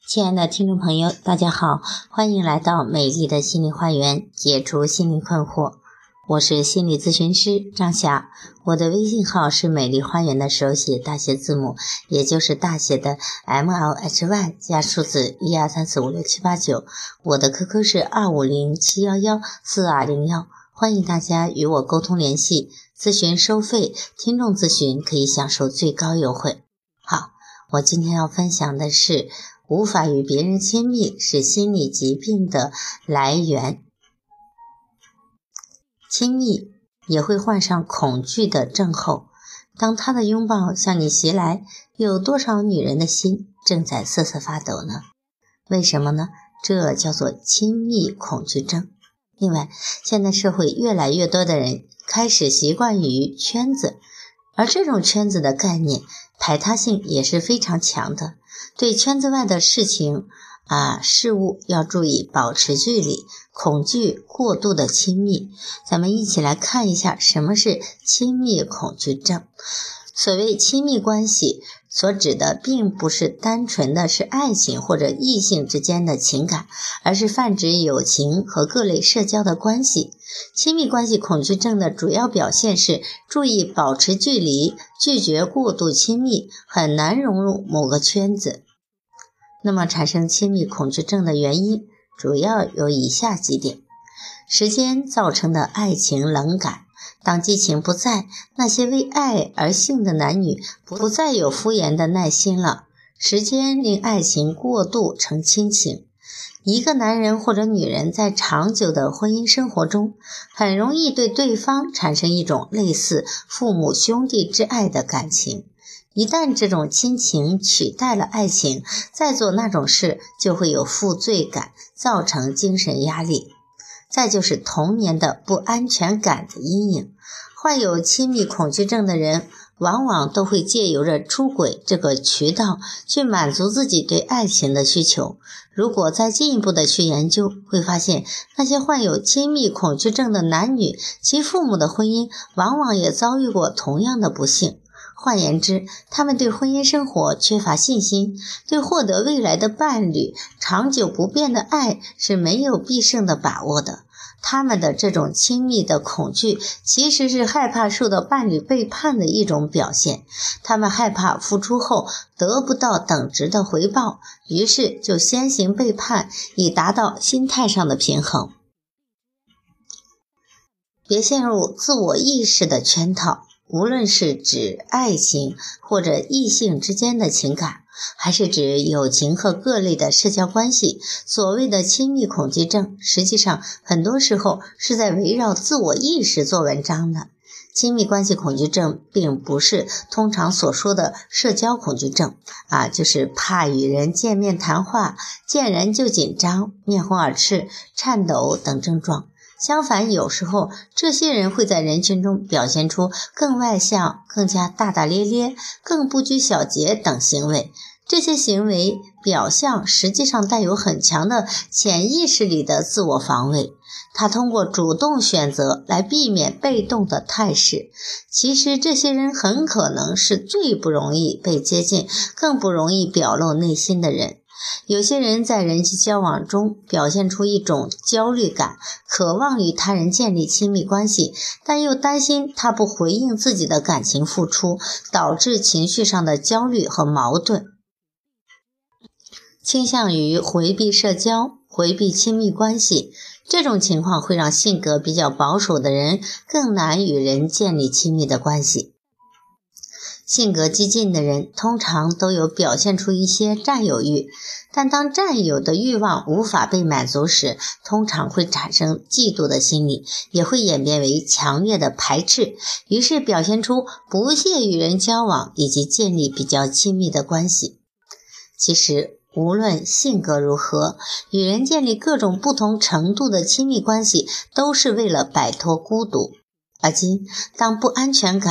亲爱的听众朋友，大家好，欢迎来到美丽的心理花园，解除心理困惑。我是心理咨询师张霞，我的微信号是美丽花园的手写大写字母，也就是大写的 MLHY 加数字123456789，我的 QQ 是2507114201，欢迎大家与我沟通联系，咨询收费，听众咨询可以享受最高优惠。好，我今天要分享的是无法与别人亲密是心理疾病的来源。亲密也会患上恐惧的症候，当他的拥抱向你袭来，有多少女人的心正在瑟瑟发抖呢？为什么呢？这叫做亲密恐惧症。另外，现在社会越来越多的人开始习惯于圈子，而这种圈子的概念排他性也是非常强的，对圈子外的事情事物要注意保持距离，恐惧过度的亲密。咱们一起来看一下什么是亲密恐惧症。所谓亲密关系所指的并不是单纯的是爱情或者异性之间的情感，而是泛指友情和各类社交的关系。亲密关系恐惧症的主要表现是注意保持距离，拒绝过度亲密，很难融入某个圈子。那么产生亲密恐惧症的原因主要有以下几点：时间造成的爱情冷感，当激情不在，那些为爱而性的男女不再有敷衍的耐心了，时间令爱情过渡成亲情。一个男人或者女人在长久的婚姻生活中，很容易对对方产生一种类似父母兄弟之爱的感情。一旦这种亲情取代了爱情，再做那种事就会有负罪感，造成精神压力。再就是童年的不安全感的阴影。患有亲密恐惧症的人往往都会借由着出轨这个渠道去满足自己对爱情的需求。如果再进一步的去研究，会发现那些患有亲密恐惧症的男女，其父母的婚姻往往也遭遇过同样的不幸。换言之，他们对婚姻生活缺乏信心，对获得未来的伴侣长久不变的爱是没有必胜的把握的。他们的这种亲密的恐惧其实是害怕受到伴侣背叛的一种表现，他们害怕付出后得不到等值的回报，于是就先行背叛，以达到心态上的平衡。别陷入自我意识的圈套，无论是指爱情或者异性之间的情感，还是指友情和各类的社交关系，所谓的亲密恐惧症实际上很多时候是在围绕自我意识做文章的。亲密关系恐惧症并不是通常所说的社交恐惧症就是怕与人见面谈话，见人就紧张，面红耳赤，颤抖等症状。相反，有时候这些人会在人群中表现出更外向、更加大大咧咧、更不拘小节等行为。这些行为表象实际上带有很强的潜意识里的自我防卫，他通过主动选择来避免被动的态势。其实这些人很可能是最不容易被接近，更不容易表露内心的人。有些人在人际交往中表现出一种焦虑感，渴望与他人建立亲密关系，但又担心他不回应自己的感情付出，导致情绪上的焦虑和矛盾，倾向于回避社交，回避亲密关系。这种情况会让性格比较保守的人更难与人建立亲密的关系。性格激进的人通常都有表现出一些占有欲，但当占有的欲望无法被满足时，通常会产生嫉妒的心理，也会演变为强烈的排斥，于是表现出不屑与人交往以及建立比较亲密的关系。其实无论性格如何，与人建立各种不同程度的亲密关系，都是为了摆脱孤独。而今，当不安全感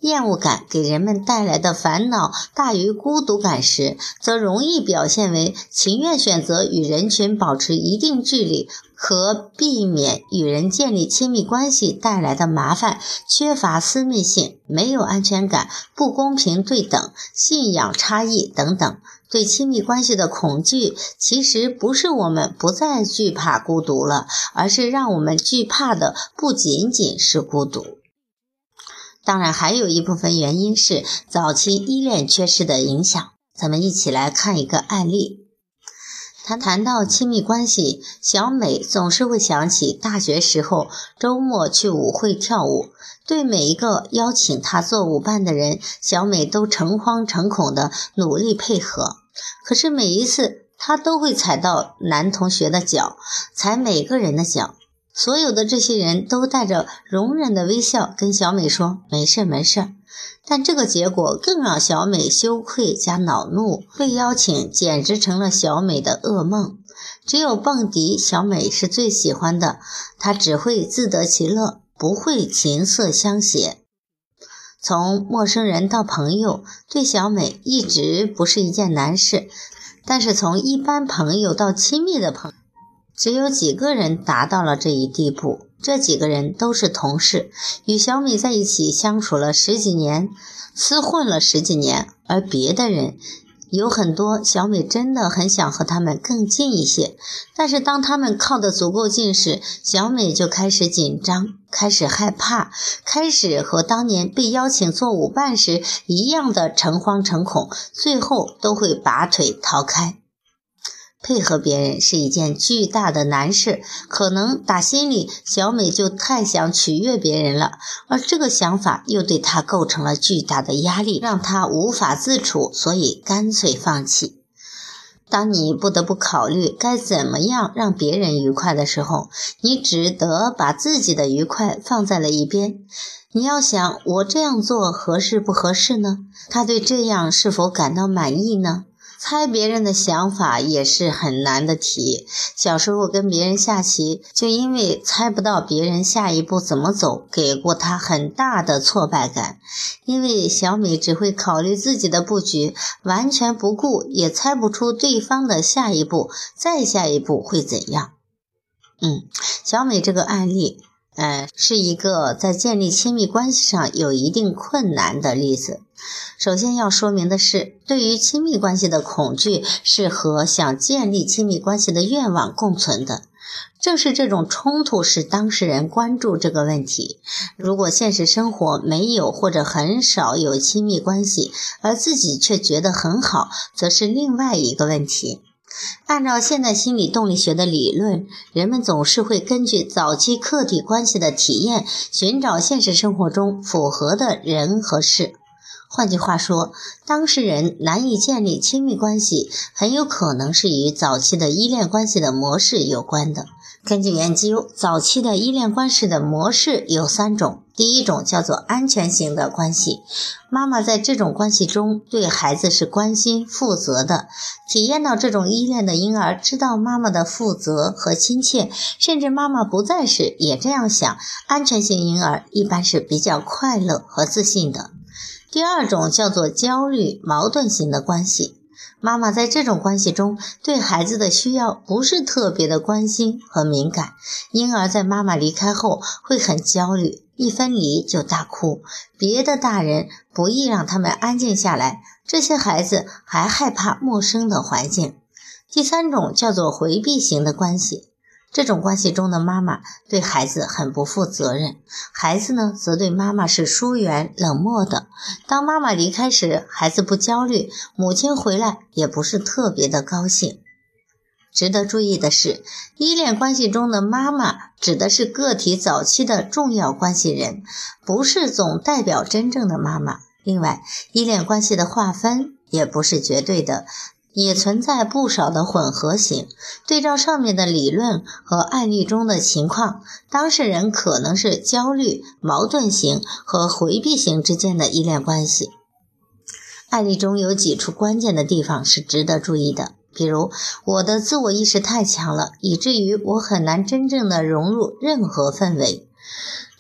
厌恶感给人们带来的烦恼大于孤独感时，则容易表现为情愿选择与人群保持一定距离和避免与人建立亲密关系带来的麻烦，缺乏私密性，没有安全感，不公平对等，信仰差异等等。对亲密关系的恐惧，其实不是我们不再惧怕孤独了，而是让我们惧怕的不仅仅是孤独。当然还有一部分原因是早期依恋缺失的影响。咱们一起来看一个案例。谈到亲密关系，小美总是会想起大学时候周末去舞会跳舞，对每一个邀请她做舞伴的人，小美都诚惶诚恐地努力配合。可是每一次她都会踩到男同学的脚，踩每个人的脚。所有的这些人都带着容忍的微笑跟小美说没事没事，但这个结果更让小美羞愧加恼怒，被邀请简直成了小美的噩梦。只有蹦迪小美是最喜欢的，她只会自得其乐，不会情色相携。从陌生人到朋友，对小美一直不是一件难事，但是从一般朋友到亲密的朋友，只有几个人达到了这一地步。这几个人都是同事，与小美在一起相处了10几年，厮混了10几年，而别的人有很多小美真的很想和他们更近一些，但是当他们靠得足够近时，小美就开始紧张，开始害怕，开始和当年被邀请做舞伴时一样的诚惶诚恐，最后都会拔腿逃开。配合别人是一件巨大的难事，可能打心里小美就太想取悦别人了，而这个想法又对她构成了巨大的压力，让她无法自处，所以干脆放弃。当你不得不考虑该怎么样让别人愉快的时候，你只得把自己的愉快放在了一边。你要想，我这样做合适不合适呢？他对这样是否感到满意呢？猜别人的想法也是很难的题。小时候跟别人下棋，就因为猜不到别人下一步怎么走，给过他很大的挫败感。因为小美只会考虑自己的布局，完全不顾，也猜不出对方的下一步，再下一步会怎样。小美这个案例是一个在建立亲密关系上有一定困难的例子。首先要说明的是，对于亲密关系的恐惧是和想建立亲密关系的愿望共存的。正是这种冲突使当事人关注这个问题。如果现实生活没有或者很少有亲密关系，而自己却觉得很好，则是另外一个问题。按照现代心理动力学的理论，人们总是会根据早期客体关系的体验，寻找现实生活中符合的人和事。换句话说，当事人难以建立亲密关系，很有可能是与早期的依恋关系的模式有关的。根据研究，早期的依恋关系的模式有3种。第一种叫做安全型的关系，妈妈在这种关系中对孩子是关心负责的，体验到这种依恋的婴儿知道妈妈的负责和亲切，甚至妈妈不在时也这样想。安全型婴儿一般是比较快乐和自信的。第二种叫做焦虑矛盾型的关系，妈妈在这种关系中对孩子的需要不是特别的关心和敏感，婴儿在妈妈离开后会很焦虑，一分离就大哭，别的大人不易让他们安静下来，这些孩子还害怕陌生的环境。第三种叫做回避型的关系，这种关系中的妈妈对孩子很不负责任，孩子呢则对妈妈是疏远冷漠的。当妈妈离开时，孩子不焦虑，母亲回来也不是特别的高兴。值得注意的是，依恋关系中的妈妈指的是个体早期的重要关系人，不是总代表真正的妈妈。另外，依恋关系的划分也不是绝对的，也存在不少的混合型。对照上面的理论和案例中的情况，当事人可能是焦虑、矛盾型和回避型之间的依恋关系。案例中有几处关键的地方是值得注意的，比如我的自我意识太强了，以至于我很难真正的融入任何氛围。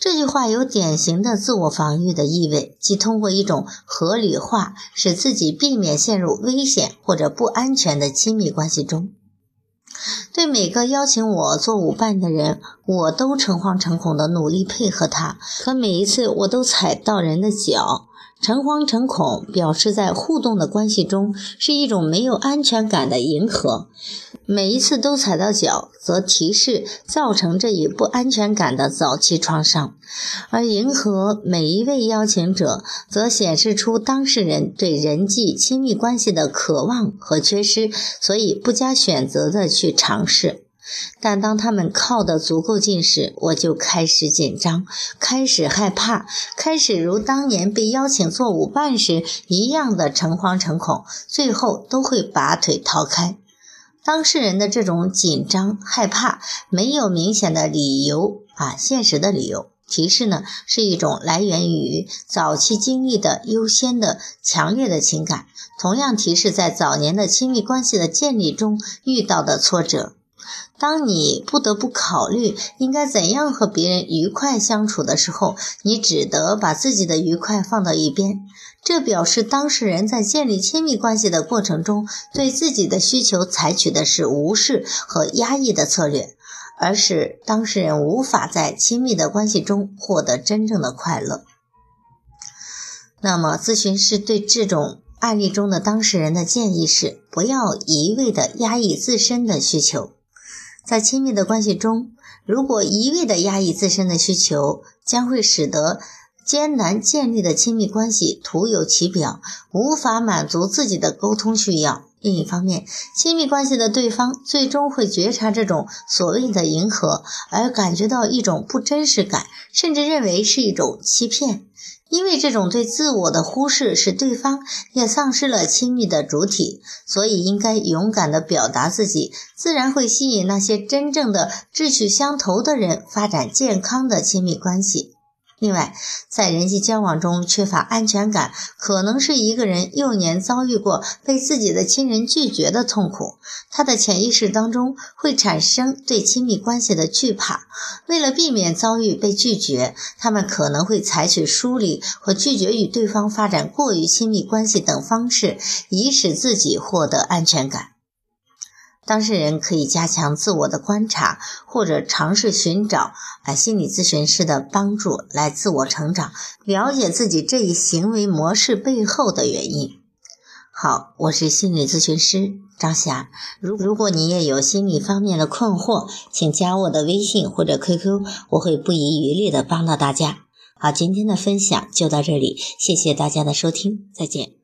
这句话有典型的自我防御的意味，即通过一种合理化使自己避免陷入危险或者不安全的亲密关系中。对每个邀请我做舞伴的人，我都诚惶诚恐地努力配合他，可每一次我都踩到人的脚。诚惶诚恐表示在互动的关系中是一种没有安全感的迎合，每一次都踩到脚，则提示造成这一不安全感的早期创伤，而迎合每一位邀请者，则显示出当事人对人际亲密关系的渴望和缺失，所以不加选择地去尝试。但当他们靠得足够近时，我就开始紧张，开始害怕，开始如当年被邀请做舞伴时一样的诚惶诚恐，最后都会拔腿逃开。当事人的这种紧张害怕没有明显的理由现实的理由，提示呢是一种来源于早期经历的优先的强烈的情感，同样提示在早年的亲密关系的建立中遇到的挫折。当你不得不考虑应该怎样和别人愉快相处的时候，你只得把自己的愉快放到一边，这表示当事人在建立亲密关系的过程中，对自己的需求采取的是无视和压抑的策略，而使当事人无法在亲密的关系中获得真正的快乐。那么咨询师对这种案例中的当事人的建议是，不要一味地压抑自身的需求。在亲密的关系中，如果一味地压抑自身的需求，将会使得艰难建立的亲密关系徒有其表，无法满足自己的沟通需要。另一方面，亲密关系的对方最终会觉察这种所谓的迎合，而感觉到一种不真实感，甚至认为是一种欺骗。因为这种对自我的忽视使对方也丧失了亲密的主体，所以应该勇敢地表达自己，自然会吸引那些真正的志趣相投的人发展健康的亲密关系。另外，在人际交往中缺乏安全感，可能是一个人幼年遭遇过被自己的亲人拒绝的痛苦，他的潜意识当中会产生对亲密关系的惧怕。为了避免遭遇被拒绝，他们可能会采取疏离和拒绝与对方发展过于亲密关系等方式，以使自己获得安全感。当事人可以加强自我的观察，或者尝试寻找心理咨询师的帮助来自我成长，了解自己这一行为模式背后的原因。好，我是心理咨询师张霞。如果你也有心理方面的困惑，请加我的微信或者 QQ， 我会不遗余力的帮到大家。好，今天的分享就到这里，谢谢大家的收听，再见。